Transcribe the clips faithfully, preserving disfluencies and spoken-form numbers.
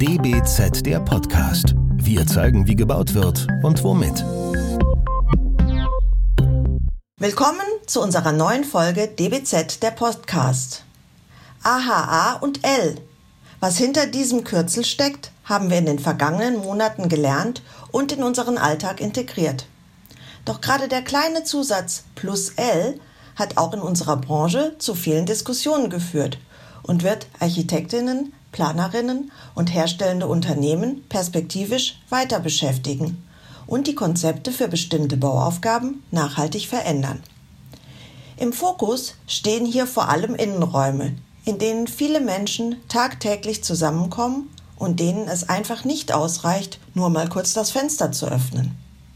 D B Z, der Podcast. Wir zeigen, wie gebaut wird und womit. Willkommen zu unserer neuen Folge D B Z, der Podcast. A H A und L. Was hinter diesem Kürzel steckt, haben wir in den vergangenen Monaten gelernt und in unseren Alltag integriert. Doch gerade der kleine Zusatz plus L hat auch in unserer Branche zu vielen Diskussionen geführt und wird Architektinnen, Planerinnen und herstellende Unternehmen perspektivisch weiter beschäftigen und die Konzepte für bestimmte Bauaufgaben nachhaltig verändern. Im Fokus stehen hier vor allem Innenräume, in denen viele Menschen tagtäglich zusammenkommen und denen es einfach nicht ausreicht, nur mal kurz das Fenster zu öffnen.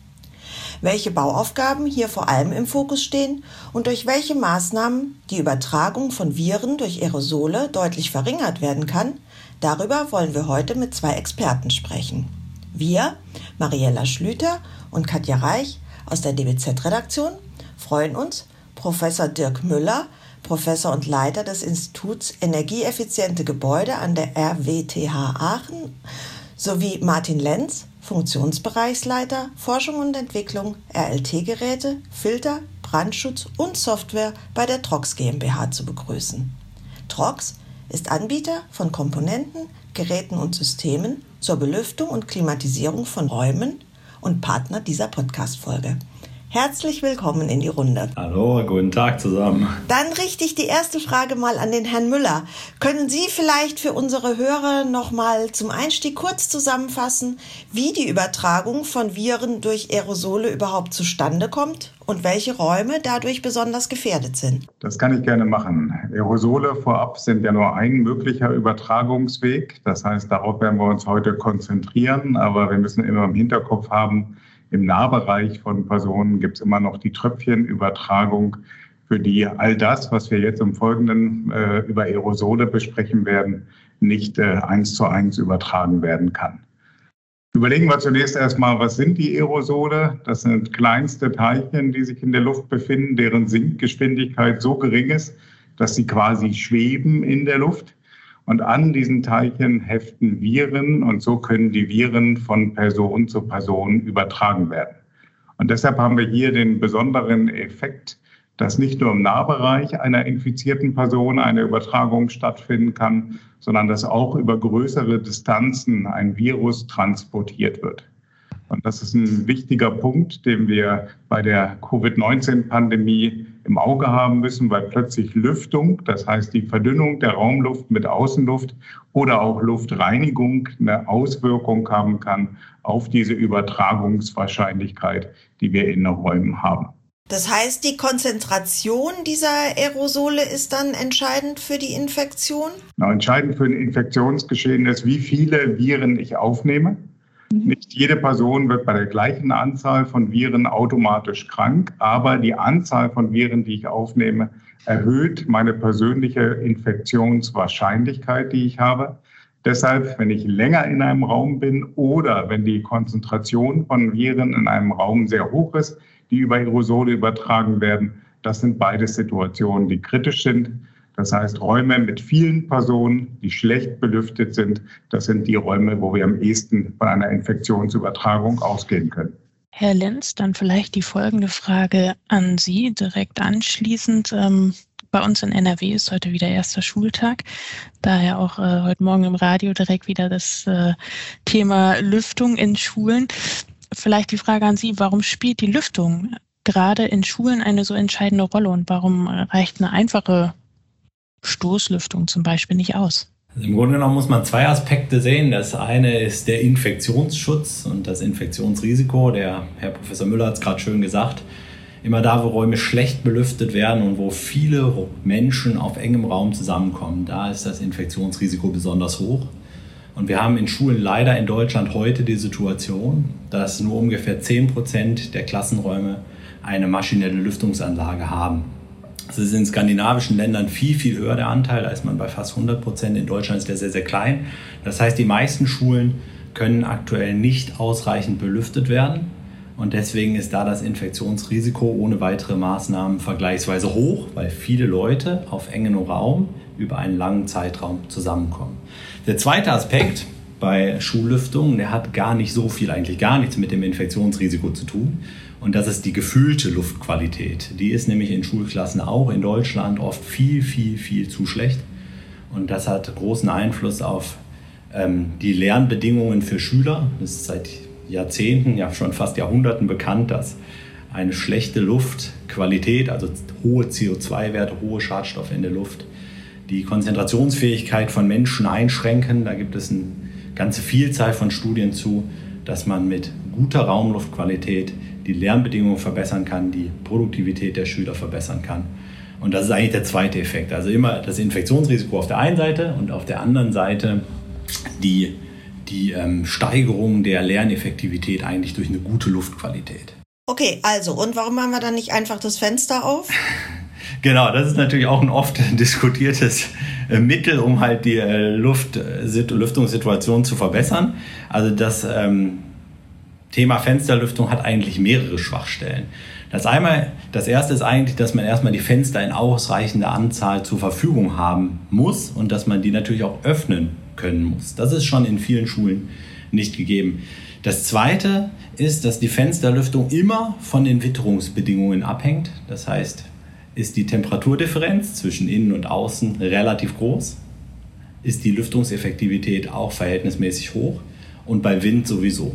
Welche Bauaufgaben hier vor allem im Fokus stehen und durch welche Maßnahmen die Übertragung von Viren durch Aerosole deutlich verringert werden kann, darüber wollen wir heute mit zwei Experten sprechen. Wir, Mariella Schlüter und Katja Reich aus der D B Z-Redaktion, freuen uns, Professor Dirk Müller, Professor und Leiter des Instituts Energieeffiziente Gebäude an der R W T H Aachen, sowie Martin Lenz, Funktionsbereichsleiter Forschung und Entwicklung R L T-Geräte, Filter, Brandschutz und Software bei der Trox GmbH zu begrüßen. Trox ist Anbieter von Komponenten, Geräten und Systemen zur Belüftung und Klimatisierung von Räumen und Partner dieser Podcast-Folge. Herzlich willkommen in die Runde. Hallo, guten Tag zusammen. Dann richte ich die erste Frage mal an den Herrn Müller. Können Sie vielleicht für unsere Hörer noch mal zum Einstieg kurz zusammenfassen, wie die Übertragung von Viren durch Aerosole überhaupt zustande kommt und welche Räume dadurch besonders gefährdet sind? Das kann ich gerne machen. Aerosole vorab sind ja nur ein möglicher Übertragungsweg. Das heißt, darauf werden wir uns heute konzentrieren. Aber wir müssen immer im Hinterkopf haben, im Nahbereich von Personen gibt es immer noch die Tröpfchenübertragung, für die all das, was wir jetzt im Folgenden äh, über Aerosole besprechen werden, nicht äh, eins zu eins übertragen werden kann. Überlegen wir zunächst erstmal, was sind die Aerosole? Das sind kleinste Teilchen, die sich in der Luft befinden, deren Sinkgeschwindigkeit so gering ist, dass sie quasi schweben in der Luft. Und an diesen Teilchen heften Viren und so können die Viren von Person zu Person übertragen werden. Und deshalb haben wir hier den besonderen Effekt, dass nicht nur im Nahbereich einer infizierten Person eine Übertragung stattfinden kann, sondern dass auch über größere Distanzen ein Virus transportiert wird. Und das ist ein wichtiger Punkt, den wir bei der Covid neunzehn Pandemie im Auge haben müssen, weil plötzlich Lüftung, das heißt die Verdünnung der Raumluft mit Außenluft oder auch Luftreinigung eine Auswirkung haben kann auf diese Übertragungswahrscheinlichkeit, die wir in den Räumen haben. Das heißt, die Konzentration dieser Aerosole ist dann entscheidend für die Infektion? Na, entscheidend für ein Infektionsgeschehen ist, wie viele Viren ich aufnehme. Nicht jede Person wird bei der gleichen Anzahl von Viren automatisch krank, aber die Anzahl von Viren, die ich aufnehme, erhöht meine persönliche Infektionswahrscheinlichkeit, die ich habe. Deshalb, wenn ich länger in einem Raum bin oder wenn die Konzentration von Viren in einem Raum sehr hoch ist, die über Aerosole übertragen werden, das sind beides Situationen, die kritisch sind. Das heißt, Räume mit vielen Personen, die schlecht belüftet sind, das sind die Räume, wo wir am ehesten von einer Infektionsübertragung ausgehen können. Herr Lenz, dann vielleicht die folgende Frage an Sie direkt anschließend. Ähm, bei uns in N R W ist heute wieder erster Schultag, daher auch äh, heute Morgen im Radio direkt wieder das äh, Thema Lüftung in Schulen. Vielleicht die Frage an Sie, warum spielt die Lüftung gerade in Schulen eine so entscheidende Rolle und warum reicht eine einfache Stoßlüftung zum Beispiel nicht aus? Also im Grunde genommen muss man zwei Aspekte sehen. Das eine ist der Infektionsschutz und das Infektionsrisiko. Der Herr Professor Müller hat es gerade schön gesagt. Immer da, wo Räume schlecht belüftet werden und wo viele Menschen auf engem Raum zusammenkommen, da ist das Infektionsrisiko besonders hoch. Und wir haben in Schulen leider in Deutschland heute die Situation, dass nur ungefähr zehn Prozent der Klassenräume eine maschinelle Lüftungsanlage haben. Das ist in skandinavischen Ländern viel, viel höher der Anteil. Da ist man bei fast hundert Prozent. In Deutschland ist der sehr, sehr klein. Das heißt, die meisten Schulen können aktuell nicht ausreichend belüftet werden. Und deswegen ist da das Infektionsrisiko ohne weitere Maßnahmen vergleichsweise hoch, weil viele Leute auf engem Raum über einen langen Zeitraum zusammenkommen. Der zweite Aspekt, bei Schullüftung, der hat gar nicht so viel, eigentlich gar nichts mit dem Infektionsrisiko zu tun. Und das ist die gefühlte Luftqualität. Die ist nämlich in Schulklassen auch in Deutschland oft viel, viel, viel zu schlecht. Und das hat großen Einfluss auf ähm, die Lernbedingungen für Schüler. Das ist seit Jahrzehnten, ja schon fast Jahrhunderten bekannt, dass eine schlechte Luftqualität, also hohe C O zwei Werte, hohe Schadstoffe in der Luft, die Konzentrationsfähigkeit von Menschen einschränken. Da gibt es eine ganze Vielzahl von Studien zu, dass man mit guter Raumluftqualität die Lernbedingungen verbessern kann, die Produktivität der Schüler verbessern kann. Und das ist eigentlich der zweite Effekt. Also immer das Infektionsrisiko auf der einen Seite und auf der anderen Seite die, die ähm, Steigerung der Lerneffektivität eigentlich durch eine gute Luftqualität. Okay, also und warum machen wir dann nicht einfach das Fenster auf? Genau, das ist natürlich auch ein oft diskutiertes äh, Mittel, um halt die äh, Luft, äh, Lüftungssituation zu verbessern. Also das ähm, Thema Fensterlüftung hat eigentlich mehrere Schwachstellen. Das einmal, das erste ist eigentlich, dass man erstmal die Fenster in ausreichender Anzahl zur Verfügung haben muss und dass man die natürlich auch öffnen können muss. Das ist schon in vielen Schulen nicht gegeben. Das zweite ist, dass die Fensterlüftung immer von den Witterungsbedingungen abhängt. Das heißt, ist die Temperaturdifferenz zwischen innen und außen relativ groß, ist die Lüftungseffektivität auch verhältnismäßig hoch und bei Wind sowieso.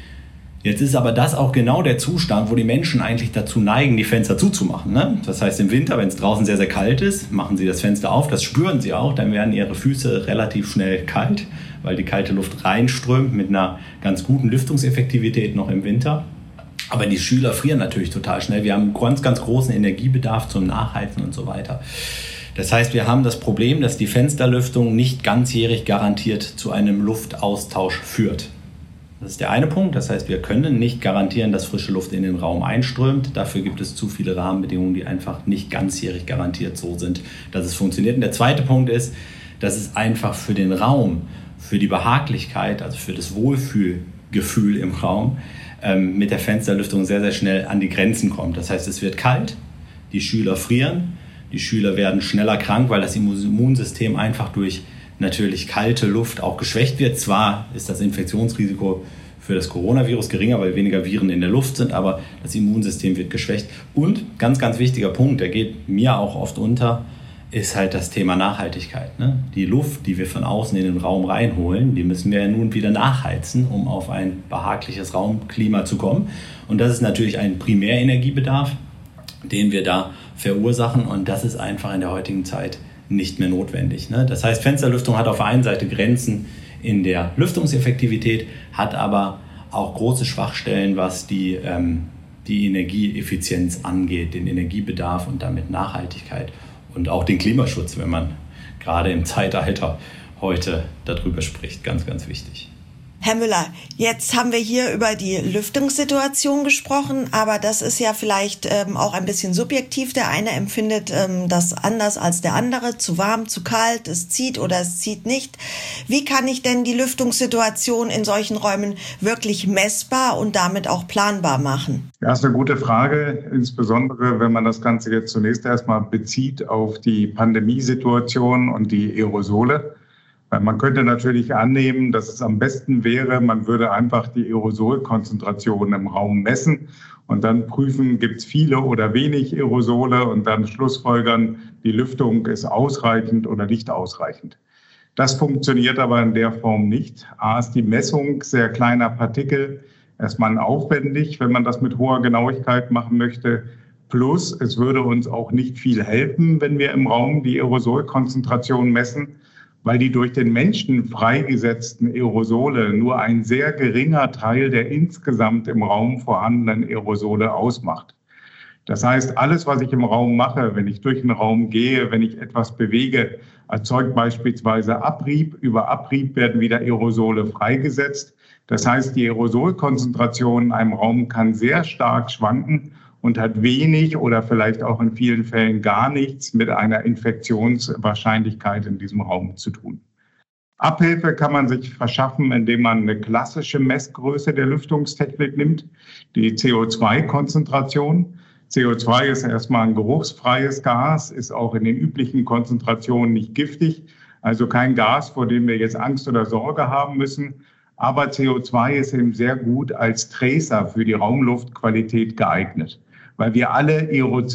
Jetzt ist aber das auch genau der Zustand, wo die Menschen eigentlich dazu neigen, die Fenster zuzumachen. Ne? Das heißt, im Winter, wenn es draußen sehr, sehr kalt ist, machen sie das Fenster auf. Das spüren sie auch. Dann werden ihre Füße relativ schnell kalt, weil die kalte Luft reinströmt mit einer ganz guten Lüftungseffektivität noch im Winter. Aber die Schüler frieren natürlich total schnell. Wir haben einen ganz, ganz großen Energiebedarf zum Nachheizen und so weiter. Das heißt, wir haben das Problem, dass die Fensterlüftung nicht ganzjährig garantiert zu einem Luftaustausch führt. Das ist der eine Punkt. Das heißt, wir können nicht garantieren, dass frische Luft in den Raum einströmt. Dafür gibt es zu viele Rahmenbedingungen, die einfach nicht ganzjährig garantiert so sind, dass es funktioniert. Und der zweite Punkt ist, dass es einfach für den Raum, für die Behaglichkeit, also für das Wohlfühlgefühl im Raum, ähm, mit der Fensterlüftung sehr, sehr schnell an die Grenzen kommt. Das heißt, es wird kalt, die Schüler frieren, die Schüler werden schneller krank, weil das Immunsystem einfach durch natürlich kalte Luft auch geschwächt wird. Zwar ist das Infektionsrisiko für das Coronavirus geringer, weil weniger Viren in der Luft sind, aber das Immunsystem wird geschwächt. Und ganz, ganz wichtiger Punkt, der geht mir auch oft unter, ist halt das Thema Nachhaltigkeit. Ne? Die Luft, die wir von außen in den Raum reinholen, die müssen wir ja nun wieder nachheizen, um auf ein behagliches Raumklima zu kommen. Und das ist natürlich ein Primärenergiebedarf, den wir da verursachen. Und das ist einfach in der heutigen Zeit nicht mehr notwendig. Ne? Das heißt, Fensterlüftung hat auf der einen Seite Grenzen in der Lüftungseffektivität, hat aber auch große Schwachstellen, was die, ähm, die Energieeffizienz angeht, den Energiebedarf und damit Nachhaltigkeit und auch den Klimaschutz, wenn man gerade im Zeitalter heute darüber spricht. Ganz, ganz wichtig. Herr Müller, jetzt haben wir hier über die Lüftungssituation gesprochen, aber das ist ja vielleicht ähm, auch ein bisschen subjektiv. Der eine empfindet ähm, das anders als der andere, zu warm, zu kalt, es zieht oder es zieht nicht. Wie kann ich denn die Lüftungssituation in solchen Räumen wirklich messbar und damit auch planbar machen? Ja, das ist eine gute Frage, insbesondere wenn man das Ganze jetzt zunächst erstmal bezieht auf die Pandemiesituation und die Aerosole. Man könnte natürlich annehmen, dass es am besten wäre, man würde einfach die Aerosolkonzentration im Raum messen und dann prüfen, gibt es viele oder wenig Aerosole und dann schlussfolgern, die Lüftung ist ausreichend oder nicht ausreichend. Das funktioniert aber in der Form nicht. A ist die Messung sehr kleiner Partikel erstmal aufwendig, wenn man das mit hoher Genauigkeit machen möchte. Plus, es würde uns auch nicht viel helfen, wenn wir im Raum die Aerosolkonzentration messen, weil die durch den Menschen freigesetzten Aerosole nur ein sehr geringer Teil der insgesamt im Raum vorhandenen Aerosole ausmacht. Das heißt, alles, was ich im Raum mache, wenn ich durch den Raum gehe, wenn ich etwas bewege, erzeugt beispielsweise Abrieb. Über Abrieb werden wieder Aerosole freigesetzt. Das heißt, die Aerosolkonzentration in einem Raum kann sehr stark schwanken und hat wenig oder vielleicht auch in vielen Fällen gar nichts mit einer Infektionswahrscheinlichkeit in diesem Raum zu tun. Abhilfe kann man sich verschaffen, indem man eine klassische Messgröße der Lüftungstechnik nimmt, die C O zwei Konzentration. C O zwei ist erstmal ein geruchsfreies Gas, ist auch in den üblichen Konzentrationen nicht giftig, Also kein Gas, vor dem wir jetzt Angst oder Sorge haben müssen. Aber C O zwei ist eben sehr gut als Tracer für die Raumluftqualität geeignet, weil wir alle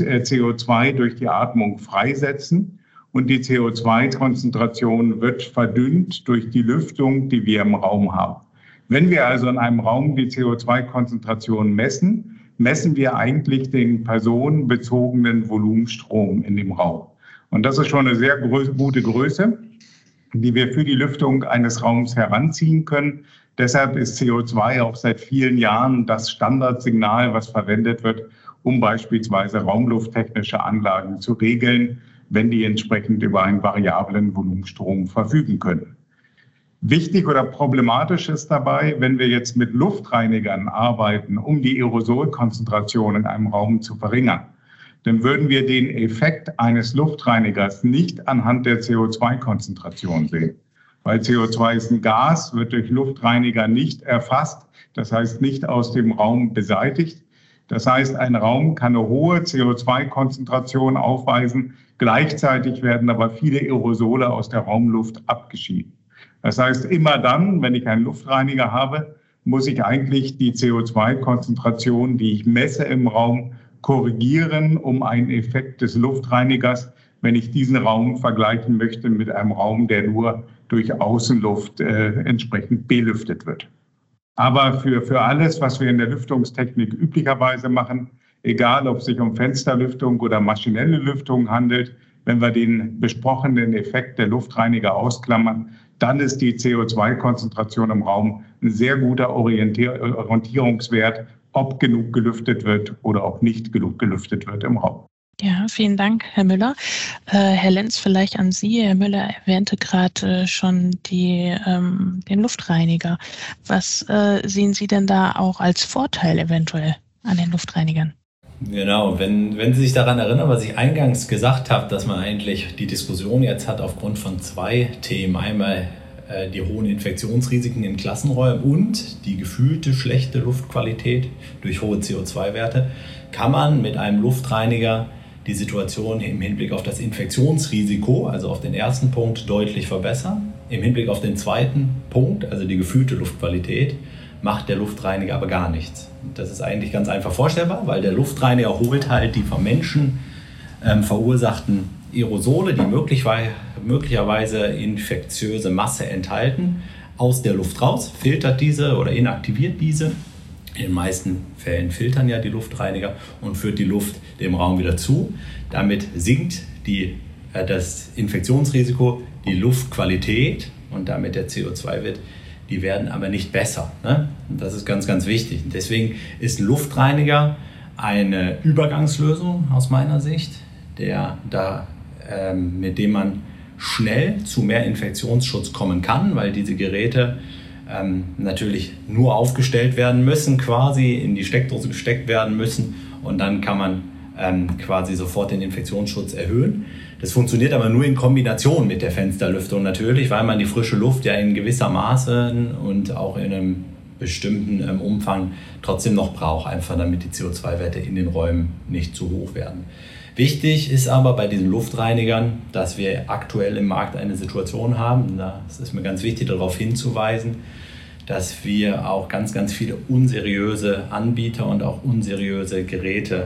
C O zwei durch die Atmung freisetzen und die C O zwei Konzentration wird verdünnt durch die Lüftung, die wir im Raum haben. Wenn wir also in einem Raum die C O zwei Konzentration messen, messen wir eigentlich den personenbezogenen Volumenstrom in dem Raum. Und das ist schon eine sehr gute Größe, die wir für die Lüftung eines Raums heranziehen können. Deshalb ist C O zwei auch seit vielen Jahren das Standardsignal, was verwendet wird, um beispielsweise raumlufttechnische Anlagen zu regeln, wenn die entsprechend über einen variablen Volumenstrom verfügen können. Wichtig oder problematisch ist dabei, wenn wir jetzt mit Luftreinigern arbeiten, um die Aerosolkonzentration in einem Raum zu verringern, dann würden wir den Effekt eines Luftreinigers nicht anhand der C O zwei Konzentration sehen. Weil C O zwei ist ein Gas, wird durch Luftreiniger nicht erfasst, das heißt nicht aus dem Raum beseitigt. Das heißt, ein Raum kann eine hohe C O zwei Konzentration aufweisen, gleichzeitig werden aber viele Aerosole aus der Raumluft abgeschieden. Das heißt, immer dann, wenn ich einen Luftreiniger habe, muss ich eigentlich die C O zwei Konzentration, die ich messe im Raum, korrigieren, um einen Effekt des Luftreinigers, wenn ich diesen Raum vergleichen möchte mit einem Raum, der nur durch Außenluft äh, entsprechend belüftet wird. Aber für, für alles, was wir in der Lüftungstechnik üblicherweise machen, egal ob es sich um Fensterlüftung oder maschinelle Lüftung handelt, wenn wir den besprochenen Effekt der Luftreiniger ausklammern, dann ist die C O zwei Konzentration im Raum ein sehr guter Orientier- Orientierungswert, ob genug gelüftet wird oder ob nicht genug gelüftet wird im Raum. Ja, vielen Dank, Herr Müller. Äh, Herr Lenz, vielleicht an Sie. Herr Müller erwähnte gerade äh, schon die, ähm, den Luftreiniger. Was äh, sehen Sie denn da auch als Vorteil eventuell an den Luftreinigern? Genau, wenn, wenn Sie sich daran erinnern, was ich eingangs gesagt habe, dass man eigentlich die Diskussion jetzt hat aufgrund von zwei Themen. Einmal äh, die hohen Infektionsrisiken in Klassenräumen und die gefühlte schlechte Luftqualität durch hohe C O zwei Werte, kann man mit einem Luftreiniger die Situation im Hinblick auf das Infektionsrisiko, also auf den ersten Punkt, deutlich verbessern. Im Hinblick auf den zweiten Punkt, also die gefühlte Luftqualität, macht der Luftreiniger aber gar nichts. Das ist eigentlich ganz einfach vorstellbar, weil der Luftreiniger holt halt die vom Menschen ähm, verursachten Aerosole, die möglicherweise, möglicherweise infektiöse Masse enthalten, aus der Luft raus, filtert diese oder inaktiviert diese. In den meisten Fällen filtern ja die Luftreiniger und führt die Luft dem Raum wieder zu. Damit sinkt die, äh, das Infektionsrisiko, die Luftqualität und damit der C O zwei Wert. Die werden aber nicht besser. Ne? Und das ist ganz, ganz wichtig. Und deswegen ist ein Luftreiniger eine Übergangslösung aus meiner Sicht, der da, ähm, mit dem man schnell zu mehr Infektionsschutz kommen kann, weil diese Geräte ähm, natürlich nur aufgestellt werden müssen, quasi in die Steckdose gesteckt werden müssen und dann kann man ähm, quasi sofort den Infektionsschutz erhöhen. Das funktioniert aber nur in Kombination mit der Fensterlüftung natürlich, weil man die frische Luft ja in gewisser Maße und auch in einem bestimmten ähm, Umfang trotzdem noch braucht, einfach damit die C O zwei Werte in den Räumen nicht zu hoch werden. Wichtig ist aber bei diesen Luftreinigern, dass wir aktuell im Markt eine Situation haben, das ist mir ganz wichtig darauf hinzuweisen, dass wir auch ganz, ganz viele unseriöse Anbieter und auch unseriöse Geräte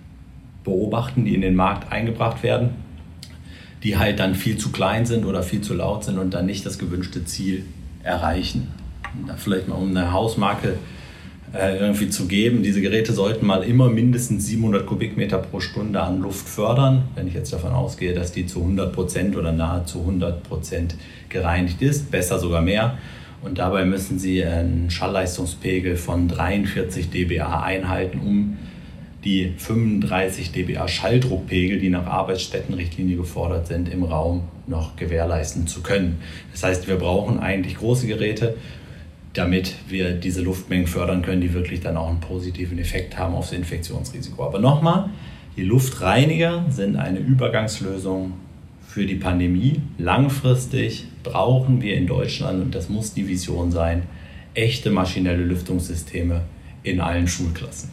beobachten, die in den Markt eingebracht werden, die halt dann viel zu klein sind oder viel zu laut sind und dann nicht das gewünschte Ziel erreichen. Und da vielleicht mal um eine Hausmarke äh, irgendwie zu geben, diese Geräte sollten mal immer mindestens siebenhundert Kubikmeter pro Stunde an Luft fördern, wenn ich jetzt davon ausgehe, dass die zu hundert Prozent oder nahezu hundert Prozent gereinigt ist, besser sogar mehr. Und dabei müssen Sie einen Schallleistungspegel von dreiundvierzig dBA einhalten, um die fünfunddreißig dBA Schalldruckpegel, die nach Arbeitsstättenrichtlinie gefordert sind, im Raum noch gewährleisten zu können. Das heißt, wir brauchen eigentlich große Geräte, damit wir diese Luftmengen fördern können, die wirklich dann auch einen positiven Effekt haben aufs Infektionsrisiko. Aber nochmal, die Luftreiniger sind eine Übergangslösung für die Pandemie. Langfristig brauchen wir in Deutschland, und das muss die Vision sein, echte maschinelle Lüftungssysteme in allen Schulklassen.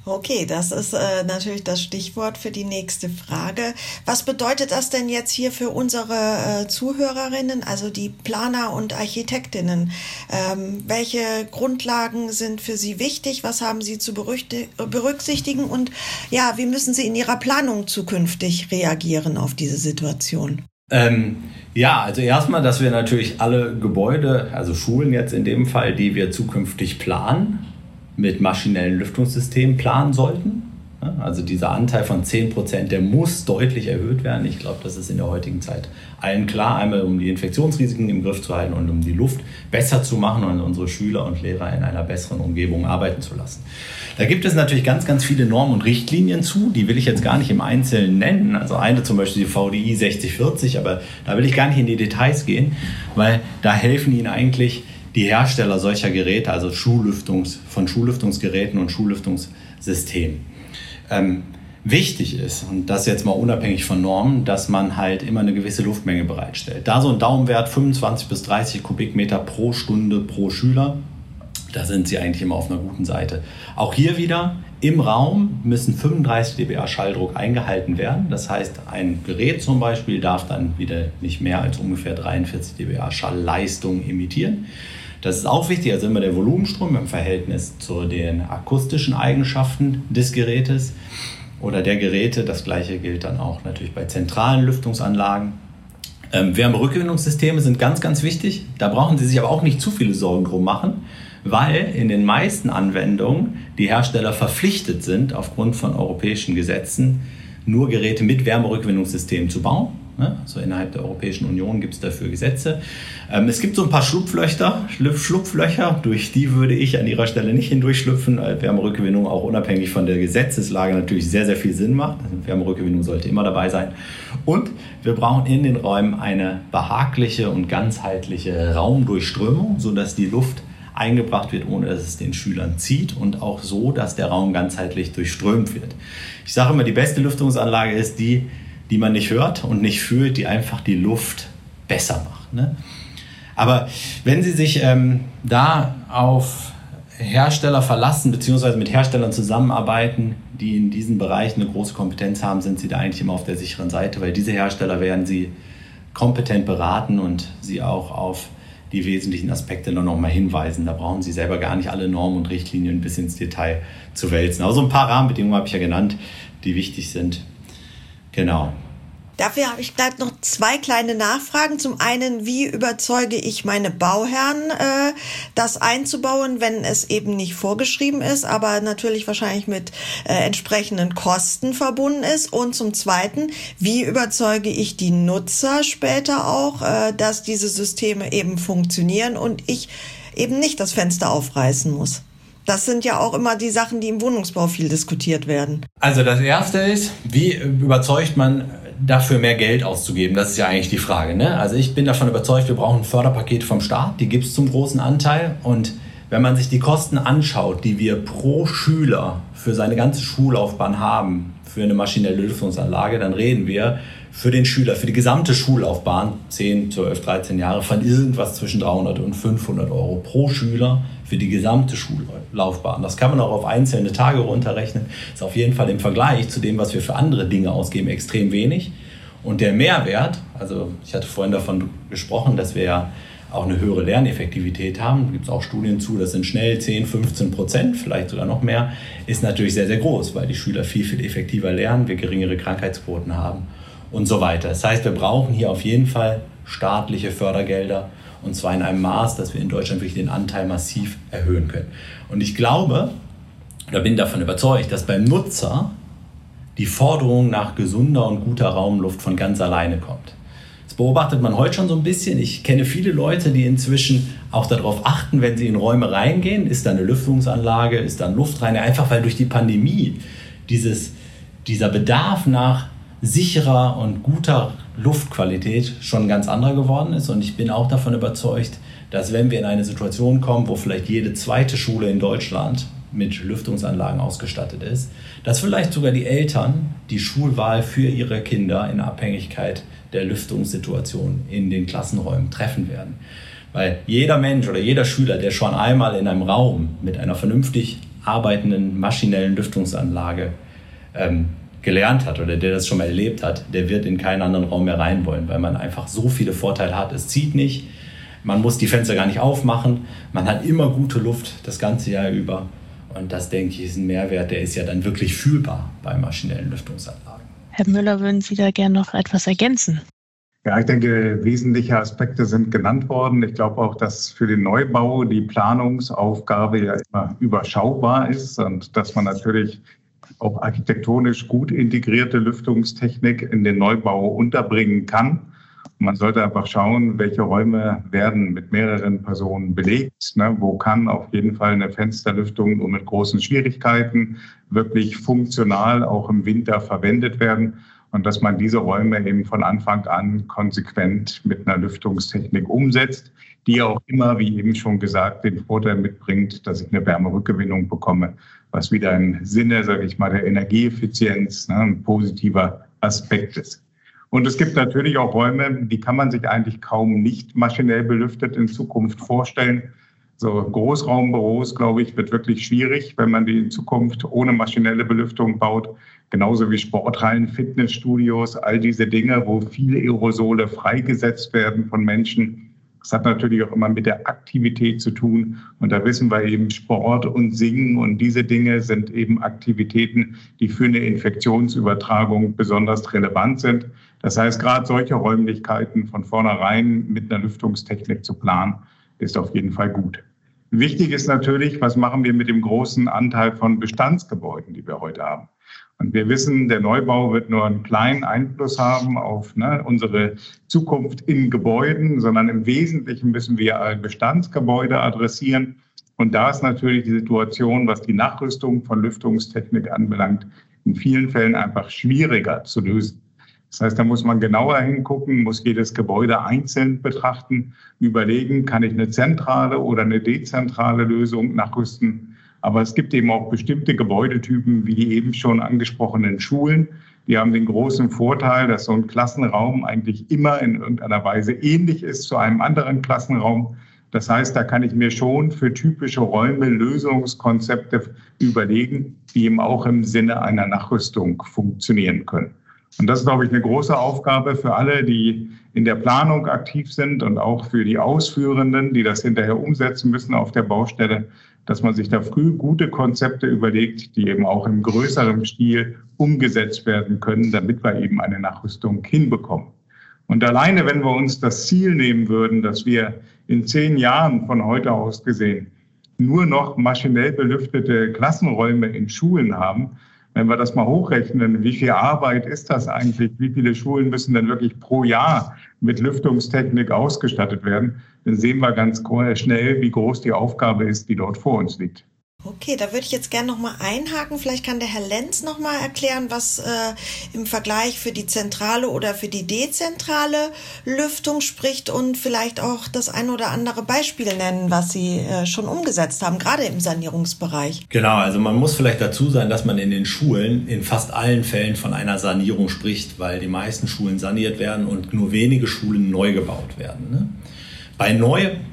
Okay, das ist äh, natürlich das Stichwort für die nächste Frage. Was bedeutet das denn jetzt hier für unsere äh, Zuhörerinnen, also die Planer und Architektinnen? Ähm, welche Grundlagen sind für Sie wichtig? Was haben Sie zu berücksichtigen? Und ja, wie müssen Sie in Ihrer Planung zukünftig reagieren auf diese Situation? Ähm, ja, also erstmal, dass wir natürlich alle Gebäude, also Schulen jetzt in dem Fall, die wir zukünftig planen, mit maschinellen Lüftungssystemen planen sollten. Also dieser Anteil von zehn Prozent, der muss deutlich erhöht werden. Ich glaube, das ist in der heutigen Zeit allen klar, einmal um die Infektionsrisiken im Griff zu halten und um die Luft besser zu machen und unsere Schüler und Lehrer in einer besseren Umgebung arbeiten zu lassen. Da gibt es natürlich ganz, ganz viele Normen und Richtlinien zu, die will ich jetzt gar nicht im Einzelnen nennen. Also eine zum Beispiel die V D I sechzig vierzig, aber da will ich gar nicht in die Details gehen, weil da helfen Ihnen eigentlich die Hersteller solcher Geräte, also Schullüftungs, von Schullüftungsgeräten und Schullüftungssystemen. Ähm, wichtig ist, und das jetzt mal unabhängig von Normen, dass man halt immer eine gewisse Luftmenge bereitstellt. Da so ein Daumenwert fünfundzwanzig bis dreißig Kubikmeter pro Stunde pro Schüler, da sind Sie eigentlich immer auf einer guten Seite. Auch hier wieder, im Raum müssen fünfunddreißig dBA Schalldruck eingehalten werden. Das heißt, ein Gerät zum Beispiel darf dann wieder nicht mehr als ungefähr dreiundvierzig dBA Schallleistung emittieren. Das ist auch wichtig, also immer der Volumenstrom im Verhältnis zu den akustischen Eigenschaften des Gerätes oder der Geräte. Das gleiche gilt dann auch natürlich bei zentralen Lüftungsanlagen. Ähm, Wärmerückgewinnungssysteme sind ganz, ganz wichtig. Da brauchen Sie sich aber auch nicht zu viele Sorgen drum machen, weil in den meisten Anwendungen die Hersteller verpflichtet sind, aufgrund von europäischen Gesetzen nur Geräte mit Wärmerückgewinnungssystemen zu bauen. Also innerhalb der Europäischen Union gibt es dafür Gesetze. Ähm, es gibt so ein paar Schlupflöcher, Schlupflöcher, durch die würde ich an Ihrer Stelle nicht hindurchschlüpfen, weil Wärmerückgewinnung auch unabhängig von der Gesetzeslage natürlich sehr, sehr viel Sinn macht. Also Wärmerückgewinnung sollte immer dabei sein. Und wir brauchen in den Räumen eine behagliche und ganzheitliche Raumdurchströmung, sodass die Luft eingebracht wird, ohne dass es den Schülern zieht und auch so, dass der Raum ganzheitlich durchströmt wird. Ich sage immer, die beste Lüftungsanlage ist die, die man nicht hört und nicht fühlt, die einfach die Luft besser macht. Ne? Aber wenn Sie sich ähm, da auf Hersteller verlassen, beziehungsweise mit Herstellern zusammenarbeiten, die in diesen Bereichen eine große Kompetenz haben, sind Sie da eigentlich immer auf der sicheren Seite, weil diese Hersteller werden Sie kompetent beraten und Sie auch auf die wesentlichen Aspekte noch mal hinweisen. Da brauchen Sie selber gar nicht alle Normen und Richtlinien bis ins Detail zu wälzen. Also ein paar Rahmenbedingungen habe ich ja genannt, die wichtig sind. Genau. Dafür habe ich gleich noch zwei kleine Nachfragen. Zum einen, wie überzeuge ich meine Bauherren, äh, das einzubauen, wenn es eben nicht vorgeschrieben ist, aber natürlich wahrscheinlich mit äh, entsprechenden Kosten verbunden ist. Und zum zweiten, wie überzeuge ich die Nutzer später auch, äh, dass diese Systeme eben funktionieren und ich eben nicht das Fenster aufreißen muss? Das sind ja auch immer die Sachen, die im Wohnungsbau viel diskutiert werden. Also das Erste ist, wie überzeugt man dafür mehr Geld auszugeben? Das ist ja eigentlich die Frage. Ne? Also ich bin davon überzeugt, wir brauchen Förderpakete vom Staat, die gibt es zum großen Anteil. Und wenn man sich die Kosten anschaut, die wir pro Schüler für seine ganze Schullaufbahn haben, für eine maschinelle Lüftungsanlage, dann reden wir für den Schüler, für die gesamte Schullaufbahn, zehn, zwölf, dreizehn Jahre, von irgendwas zwischen dreihundert und fünfhundert Euro pro Schüler für die gesamte Schullaufbahn. Das kann man auch auf einzelne Tage runterrechnen. Das ist auf jeden Fall im Vergleich zu dem, was wir für andere Dinge ausgeben, extrem wenig. Und der Mehrwert, also ich hatte vorhin davon gesprochen, dass wir ja auch eine höhere Lerneffektivität haben, da gibt es auch Studien zu, das sind schnell zehn, fünfzehn Prozent, vielleicht sogar noch mehr, ist natürlich sehr, sehr groß, weil die Schüler viel, viel effektiver lernen, wir geringere Krankheitsquoten haben und so weiter. Das heißt, wir brauchen hier auf jeden Fall staatliche Fördergelder, und zwar in einem Maß, dass wir in Deutschland wirklich den Anteil massiv erhöhen können. Und ich glaube, oder bin davon überzeugt, dass beim Nutzer die Forderung nach gesunder und guter Raumluft von ganz alleine kommt. Das beobachtet man heute schon so ein bisschen. Ich kenne viele Leute, die inzwischen auch darauf achten, wenn sie in Räume reingehen, ist da eine Lüftungsanlage, ist da ein Luftreiniger, einfach weil durch die Pandemie dieses, dieser Bedarf nach sicherer und guter Luftqualität schon ein ganz anderer geworden ist. Und ich bin auch davon überzeugt, dass wenn wir in eine Situation kommen, wo vielleicht jede zweite Schule in Deutschland mit Lüftungsanlagen ausgestattet ist, dass vielleicht sogar die Eltern die Schulwahl für ihre Kinder in Abhängigkeit der Lüftungssituation in den Klassenräumen treffen werden. Weil jeder Mensch oder jeder Schüler, der schon einmal in einem Raum mit einer vernünftig arbeitenden maschinellen Lüftungsanlage ähm, gelernt hat oder der das schon mal erlebt hat, der wird in keinen anderen Raum mehr rein wollen, weil man einfach so viele Vorteile hat. Es zieht nicht, man muss die Fenster gar nicht aufmachen, man hat immer gute Luft das ganze Jahr über. Und das, denke ich, ist ein Mehrwert, der ist ja dann wirklich fühlbar bei maschinellen Lüftungsanlagen. Herr Müller, würden Sie da gerne noch etwas ergänzen? Ja, ich denke, wesentliche Aspekte sind genannt worden. Ich glaube auch, dass für den Neubau die Planungsaufgabe ja immer überschaubar ist und dass man natürlich auch architektonisch gut integrierte Lüftungstechnik in den Neubau unterbringen kann. Man sollte einfach schauen, welche Räume werden mit mehreren Personen belegt. Ne? Wo kann auf jeden Fall eine Fensterlüftung nur mit großen Schwierigkeiten wirklich funktional auch im Winter verwendet werden. Und dass man diese Räume eben von Anfang an konsequent mit einer Lüftungstechnik umsetzt, die auch immer, wie eben schon gesagt, den Vorteil mitbringt, dass ich eine Wärmerückgewinnung bekomme, was wieder im Sinne, sage ich mal, der Energieeffizienz, ne, ein positiver Aspekt ist. Und es gibt natürlich auch Räume, die kann man sich eigentlich kaum nicht maschinell belüftet in Zukunft vorstellen. So Großraumbüros, glaube ich, wird wirklich schwierig, wenn man die in Zukunft ohne maschinelle Belüftung baut. Genauso wie Sporthallen, Fitnessstudios, all diese Dinge, wo viele Aerosole freigesetzt werden von Menschen. Das hat natürlich auch immer mit der Aktivität zu tun. Und da wissen wir eben, Sport und Singen und diese Dinge sind eben Aktivitäten, die für eine Infektionsübertragung besonders relevant sind. Das heißt, gerade solche Räumlichkeiten von vornherein mit einer Lüftungstechnik zu planen, ist auf jeden Fall gut. Wichtig ist natürlich, was machen wir mit dem großen Anteil von Bestandsgebäuden, die wir heute haben. Und wir wissen, der Neubau wird nur einen kleinen Einfluss haben auf ne, unsere Zukunft in Gebäuden, sondern im Wesentlichen müssen wir Bestandsgebäude adressieren. Und da ist natürlich die Situation, was die Nachrüstung von Lüftungstechnik anbelangt, in vielen Fällen einfach schwieriger zu lösen. Das heißt, da muss man genauer hingucken, muss jedes Gebäude einzeln betrachten, überlegen, kann ich eine zentrale oder eine dezentrale Lösung nachrüsten. Aber es gibt eben auch bestimmte Gebäudetypen, wie die eben schon angesprochenen Schulen. Die haben den großen Vorteil, dass so ein Klassenraum eigentlich immer in irgendeiner Weise ähnlich ist zu einem anderen Klassenraum. Das heißt, da kann ich mir schon für typische Räume Lösungskonzepte überlegen, die eben auch im Sinne einer Nachrüstung funktionieren können. Und das ist, glaube ich, eine große Aufgabe für alle, die in der Planung aktiv sind und auch für die Ausführenden, die das hinterher umsetzen müssen auf der Baustelle, dass man sich da früh gute Konzepte überlegt, die eben auch im größeren Stil umgesetzt werden können, damit wir eben eine Nachrüstung hinbekommen. Und alleine, wenn wir uns das Ziel nehmen würden, dass wir in zehn Jahren von heute aus gesehen nur noch maschinell belüftete Klassenräume in Schulen haben, wenn wir das mal hochrechnen, wie viel Arbeit ist das eigentlich? Wie viele Schulen müssen denn wirklich pro Jahr mit Lüftungstechnik ausgestattet werden? Dann sehen wir ganz schnell, wie groß die Aufgabe ist, die dort vor uns liegt. Okay, da würde ich jetzt gerne nochmal einhaken. Vielleicht kann der Herr Lenz nochmal erklären, was äh, im Vergleich für die zentrale oder für die dezentrale Lüftung spricht und vielleicht auch das ein oder andere Beispiel nennen, was Sie äh, schon umgesetzt haben, gerade im Sanierungsbereich. Genau, also man muss vielleicht dazu sein, dass man in den Schulen in fast allen Fällen von einer Sanierung spricht, weil die meisten Schulen saniert werden und nur wenige Schulen neu gebaut werden. Ne? Bei Neubauten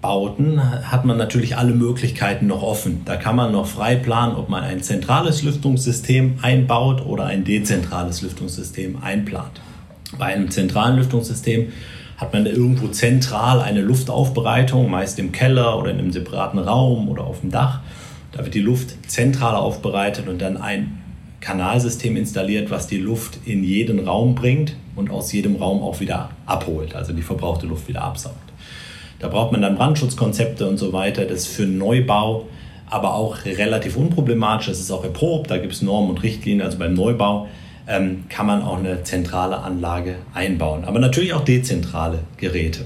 hat man natürlich alle Möglichkeiten noch offen. Da kann man noch frei planen, ob man ein zentrales Lüftungssystem einbaut oder ein dezentrales Lüftungssystem einplant. Bei einem zentralen Lüftungssystem hat man da irgendwo zentral eine Luftaufbereitung, meist im Keller oder in einem separaten Raum oder auf dem Dach. Da wird die Luft zentral aufbereitet und dann ein Kanalsystem installiert, was die Luft in jeden Raum bringt und aus jedem Raum auch wieder abholt, also die verbrauchte Luft wieder absaugt. Da braucht man dann Brandschutzkonzepte und so weiter. Das ist für einen Neubau aber auch relativ unproblematisch. Das ist auch erprobt, da gibt es Normen und Richtlinien. Also beim Neubau ähm, kann man auch eine zentrale Anlage einbauen. Aber natürlich auch dezentrale Geräte.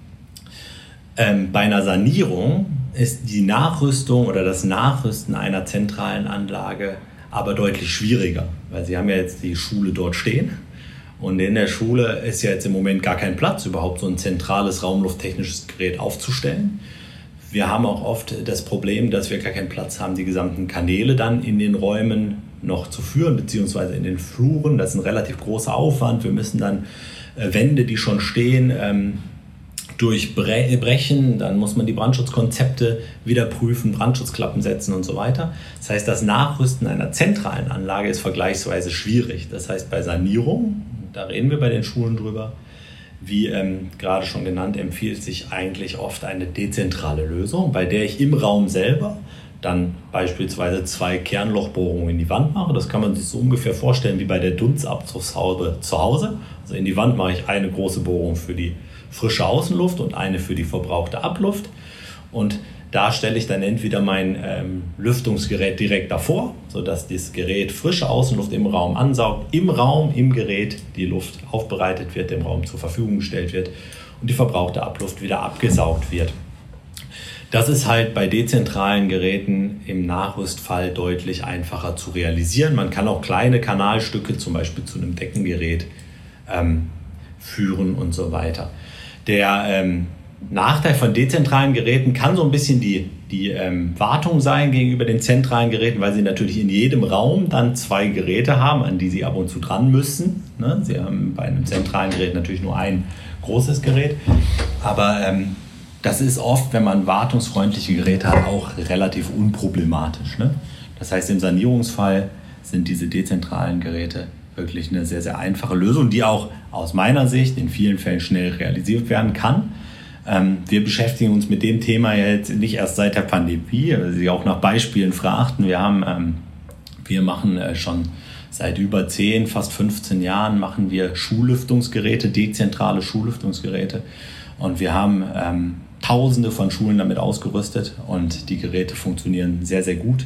Ähm, bei einer Sanierung ist die Nachrüstung oder das Nachrüsten einer zentralen Anlage aber deutlich schwieriger. Weil Sie haben ja jetzt die Schule dort stehen. Und in der Schule ist ja jetzt im Moment gar kein Platz, überhaupt so ein zentrales raumlufttechnisches Gerät aufzustellen. Wir haben auch oft das Problem, dass wir gar keinen Platz haben, die gesamten Kanäle dann in den Räumen noch zu führen, beziehungsweise in den Fluren. Das ist ein relativ großer Aufwand. Wir müssen dann äh, Wände, die schon stehen, ähm, durchbrechen, dann muss man die Brandschutzkonzepte wieder prüfen, Brandschutzklappen setzen und so weiter. Das heißt, das Nachrüsten einer zentralen Anlage ist vergleichsweise schwierig. Das heißt, bei Sanierung, da reden wir bei den Schulen drüber, wie ähm, gerade schon genannt, empfiehlt sich eigentlich oft eine dezentrale Lösung, bei der ich im Raum selber dann beispielsweise zwei Kernlochbohrungen in die Wand mache. Das kann man sich so ungefähr vorstellen wie bei der Dunstabzugshaube zu Hause. Also in die Wand mache ich eine große Bohrung für die frische Außenluft und eine für die verbrauchte Abluft. Und da stelle ich dann entweder mein ähm, Lüftungsgerät direkt davor, sodass das Gerät frische Außenluft im Raum ansaugt, im Raum, im Gerät die Luft aufbereitet wird, dem Raum zur Verfügung gestellt wird und die verbrauchte Abluft wieder abgesaugt wird. Das ist halt bei dezentralen Geräten im Nachrüstfall deutlich einfacher zu realisieren. Man kann auch kleine Kanalstücke zum Beispiel zu einem Deckengerät ähm, führen und so weiter. Der ähm, Nachteil von dezentralen Geräten kann so ein bisschen die, die ähm, Wartung sein gegenüber den zentralen Geräten, weil sie natürlich in jedem Raum dann zwei Geräte haben, an die sie ab und zu dran müssen. Ne? Sie haben bei einem zentralen Gerät natürlich nur ein großes Gerät, aber ähm, das ist oft, wenn man wartungsfreundliche Geräte hat, auch relativ unproblematisch. Ne? Das heißt, im Sanierungsfall sind diese dezentralen Geräte wirklich eine sehr, sehr einfache Lösung, die auch aus meiner Sicht in vielen Fällen schnell realisiert werden kann. Ähm, wir beschäftigen uns mit dem Thema jetzt nicht erst seit der Pandemie, weil Sie auch nach Beispielen fragten. Wir haben, ähm, wir machen äh, schon seit über zehn, fast fünfzehn Jahren machen wir Schullüftungsgeräte, dezentrale Schullüftungsgeräte. Und wir haben ähm, Tausende von Schulen damit ausgerüstet und die Geräte funktionieren sehr, sehr gut.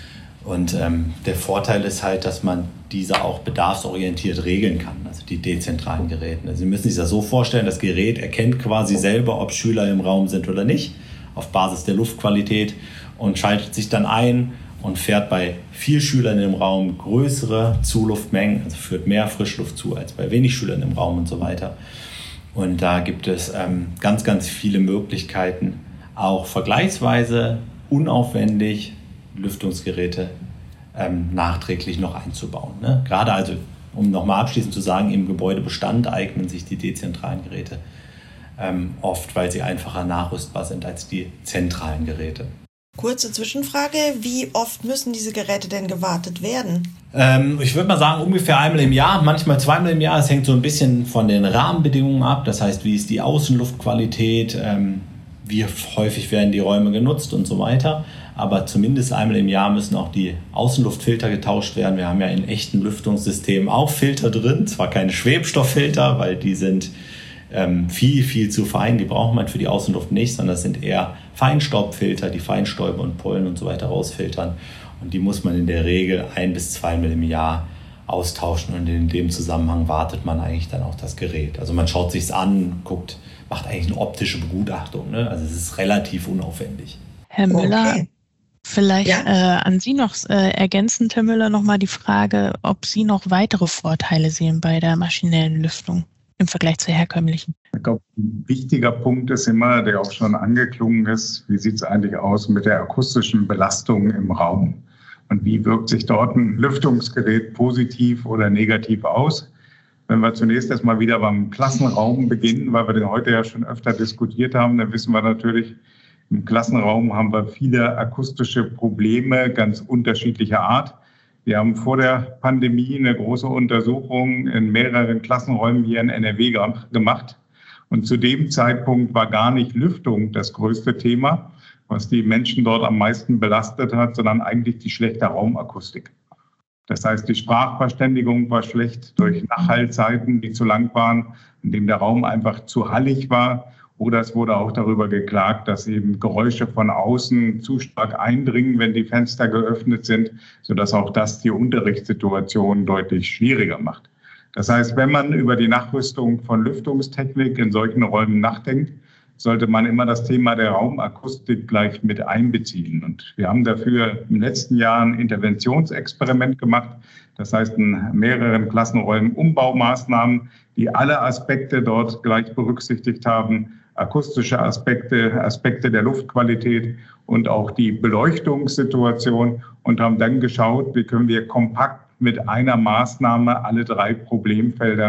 Und ähm, der Vorteil ist halt, dass man diese auch bedarfsorientiert regeln kann, also die dezentralen Geräte. Also Sie müssen sich das so vorstellen, das Gerät erkennt quasi selber, ob Schüler im Raum sind oder nicht, auf Basis der Luftqualität und schaltet sich dann ein und fährt bei vier Schülern im Raum größere Zuluftmengen, also führt mehr Frischluft zu als bei wenig Schülern im Raum und so weiter. Und da gibt es ähm, ganz, ganz viele Möglichkeiten, auch vergleichsweise unaufwendig Lüftungsgeräte ähm, nachträglich noch einzubauen. Ne? Gerade also, um nochmal abschließend zu sagen, im Gebäudebestand eignen sich die dezentralen Geräte ähm, oft, weil sie einfacher nachrüstbar sind als die zentralen Geräte. Kurze Zwischenfrage, wie oft müssen diese Geräte denn gewartet werden? Ähm, ich würde mal sagen, ungefähr einmal im Jahr, manchmal zweimal im Jahr. Es hängt so ein bisschen von den Rahmenbedingungen ab. Das heißt, wie ist die Außenluftqualität, ähm, wie häufig werden die Räume genutzt und so weiter. Aber zumindest einmal im Jahr müssen auch die Außenluftfilter getauscht werden. Wir haben ja in echten Lüftungssystemen auch Filter drin, zwar keine Schwebstofffilter, weil die sind ähm, viel, viel zu fein. Die braucht man für die Außenluft nicht, sondern das sind eher Feinstaubfilter, die Feinstäube und Pollen und so weiter rausfiltern. Und die muss man in der Regel ein- bis zweimal im Jahr austauschen. Und in dem Zusammenhang wartet man eigentlich dann auch das Gerät. Also man schaut sich's an, guckt, macht eigentlich eine optische Begutachtung. Ne? Also es ist relativ unaufwendig. Herr Müller, Okay. vielleicht Ja? äh, an Sie noch äh, ergänzend, Herr Müller, nochmal die Frage, ob Sie noch weitere Vorteile sehen bei der maschinellen Lüftung im Vergleich zur herkömmlichen. Ich glaube, ein wichtiger Punkt ist immer, der auch schon angeklungen ist, wie sieht es eigentlich aus mit der akustischen Belastung im Raum? Und wie wirkt sich dort ein Lüftungsgerät positiv oder negativ aus? Wenn wir zunächst erstmal wieder beim Klassenraum beginnen, weil wir den heute ja schon öfter diskutiert haben, dann wissen wir natürlich, im Klassenraum haben wir viele akustische Probleme ganz unterschiedlicher Art. Wir haben vor der Pandemie eine große Untersuchung in mehreren Klassenräumen hier in N R W gemacht. Und zu dem Zeitpunkt war gar nicht Lüftung das größte Thema, was die Menschen dort am meisten belastet hat, sondern eigentlich die schlechte Raumakustik. Das heißt, die Sprachverständigung war schlecht durch Nachhallzeiten, die zu lang waren, in dem der Raum einfach zu hallig war. Oder es wurde auch darüber geklagt, dass eben Geräusche von außen zu stark eindringen, wenn die Fenster geöffnet sind, sodass auch das die Unterrichtssituation deutlich schwieriger macht. Das heißt, wenn man über die Nachrüstung von Lüftungstechnik in solchen Räumen nachdenkt, sollte man immer das Thema der Raumakustik gleich mit einbeziehen. Und wir haben dafür im letzten Jahr ein Interventionsexperiment gemacht. Das heißt, in mehreren Klassenräumen Umbaumaßnahmen, die alle Aspekte dort gleich berücksichtigt haben. Akustische Aspekte, Aspekte der Luftqualität und auch die Beleuchtungssituation und haben dann geschaut, wie können wir kompakt mit einer Maßnahme alle drei Problemfelder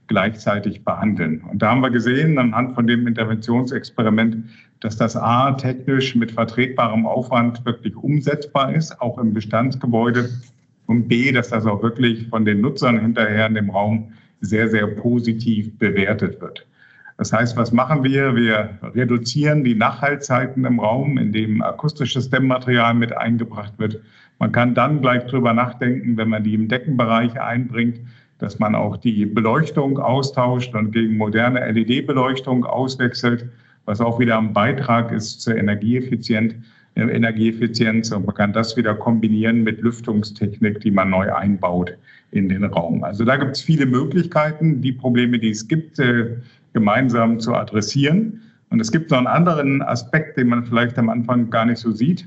gleichzeitig behandeln. Und da haben wir gesehen, anhand von dem Interventionsexperiment, dass das A, technisch mit vertretbarem Aufwand wirklich umsetzbar ist, auch im Bestandsgebäude, und B, dass das auch wirklich von den Nutzern hinterher in dem Raum sehr, sehr positiv bewertet wird. Das heißt, was machen wir? Wir reduzieren die Nachhaltzeiten im Raum, indem akustisches Dämmmaterial mit eingebracht wird. Man kann dann gleich drüber nachdenken, wenn man die im Deckenbereich einbringt, dass man auch die Beleuchtung austauscht und gegen moderne L E D-Beleuchtung auswechselt, was auch wieder ein Beitrag ist zur Energieeffizienz. Energieeffizienz und man kann das wieder kombinieren mit Lüftungstechnik, die man neu einbaut in den Raum. Also da gibt es viele Möglichkeiten, die Probleme, die es gibt, äh, gemeinsam zu adressieren. Und es gibt noch einen anderen Aspekt, den man vielleicht am Anfang gar nicht so sieht.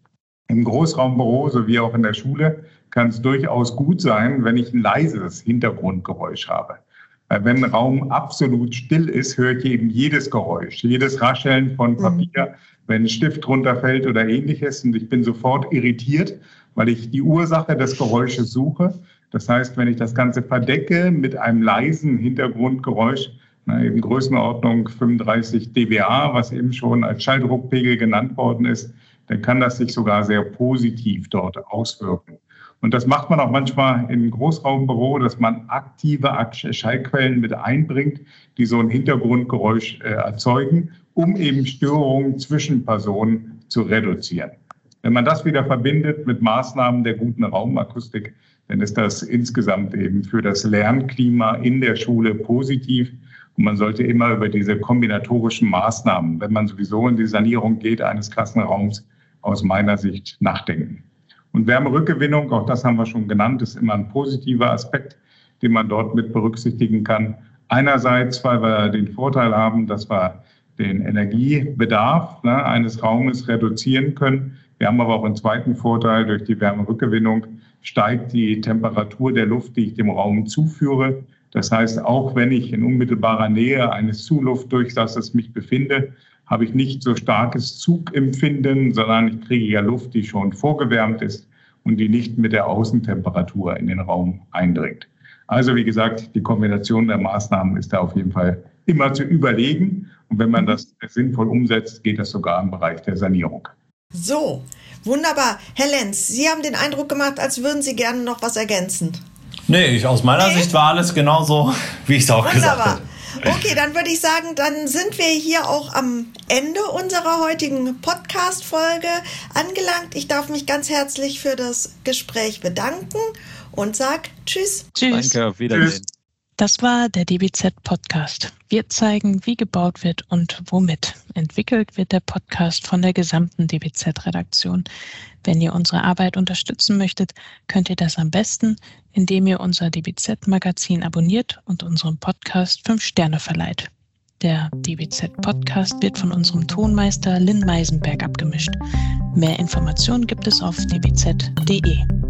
Im Großraumbüro sowie auch in der Schule kann es durchaus gut sein, wenn ich ein leises Hintergrundgeräusch habe. Weil wenn ein Raum absolut still ist, höre ich eben jedes Geräusch, jedes Rascheln von Papier, wenn ein Stift runterfällt oder ähnliches. Und ich bin sofort irritiert, weil ich die Ursache des Geräusches suche. Das heißt, wenn ich das Ganze verdecke mit einem leisen Hintergrundgeräusch, na, eben Größenordnung fünfunddreißig dBA, was eben schon als Schalldruckpegel genannt worden ist, dann kann das sich sogar sehr positiv dort auswirken. Und das macht man auch manchmal im Großraumbüro, dass man aktive Schallquellen mit einbringt, die so ein Hintergrundgeräusch äh, erzeugen, um eben Störungen zwischen Personen zu reduzieren. Wenn man das wieder verbindet mit Maßnahmen der guten Raumakustik, dann ist das insgesamt eben für das Lernklima in der Schule positiv. Und man sollte immer über diese kombinatorischen Maßnahmen, wenn man sowieso in die Sanierung geht eines Klassenraums, aus meiner Sicht nachdenken. Und Wärmerückgewinnung, auch das haben wir schon genannt, ist immer ein positiver Aspekt, den man dort mit berücksichtigen kann. Einerseits, weil wir den Vorteil haben, dass wir den Energiebedarf ne, eines Raumes reduzieren können. Wir haben aber auch einen zweiten Vorteil, durch die Wärmerückgewinnung steigt die Temperatur der Luft, die ich dem Raum zuführe. Das heißt, auch wenn ich in unmittelbarer Nähe eines Zuluftdurchlasses mich befinde, habe ich nicht so starkes Zugempfinden, sondern ich kriege ja Luft, die schon vorgewärmt ist und die nicht mit der Außentemperatur in den Raum eindringt. Also wie gesagt, die Kombination der Maßnahmen ist da auf jeden Fall immer zu überlegen. Und wenn man das sinnvoll umsetzt, geht das sogar im Bereich der Sanierung. So, wunderbar. Herr Lenz, Sie haben den Eindruck gemacht, als würden Sie gerne noch was ergänzen. Nee, ich, aus meiner nee. Sicht war alles genauso, wie ich es auch Wunderbar. gesagt habe. Okay, dann würde ich sagen, dann sind wir hier auch am Ende unserer heutigen Podcast-Folge angelangt. Ich darf mich ganz herzlich für das Gespräch bedanken und sag Tschüss. Tschüss. Danke, auf Wiedersehen. Tschüss. Das war der D B Z-Podcast. Wir zeigen, wie gebaut wird und womit. Entwickelt wird der Podcast von der gesamten D B Z-Redaktion. Wenn ihr unsere Arbeit unterstützen möchtet, könnt ihr das am besten, indem ihr unser D B Z-Magazin abonniert und unserem Podcast fünf Sterne verleiht. Der D B Z-Podcast wird von unserem Tonmeister Lynn Meisenberg abgemischt. Mehr Informationen gibt es auf d b z punkt d e.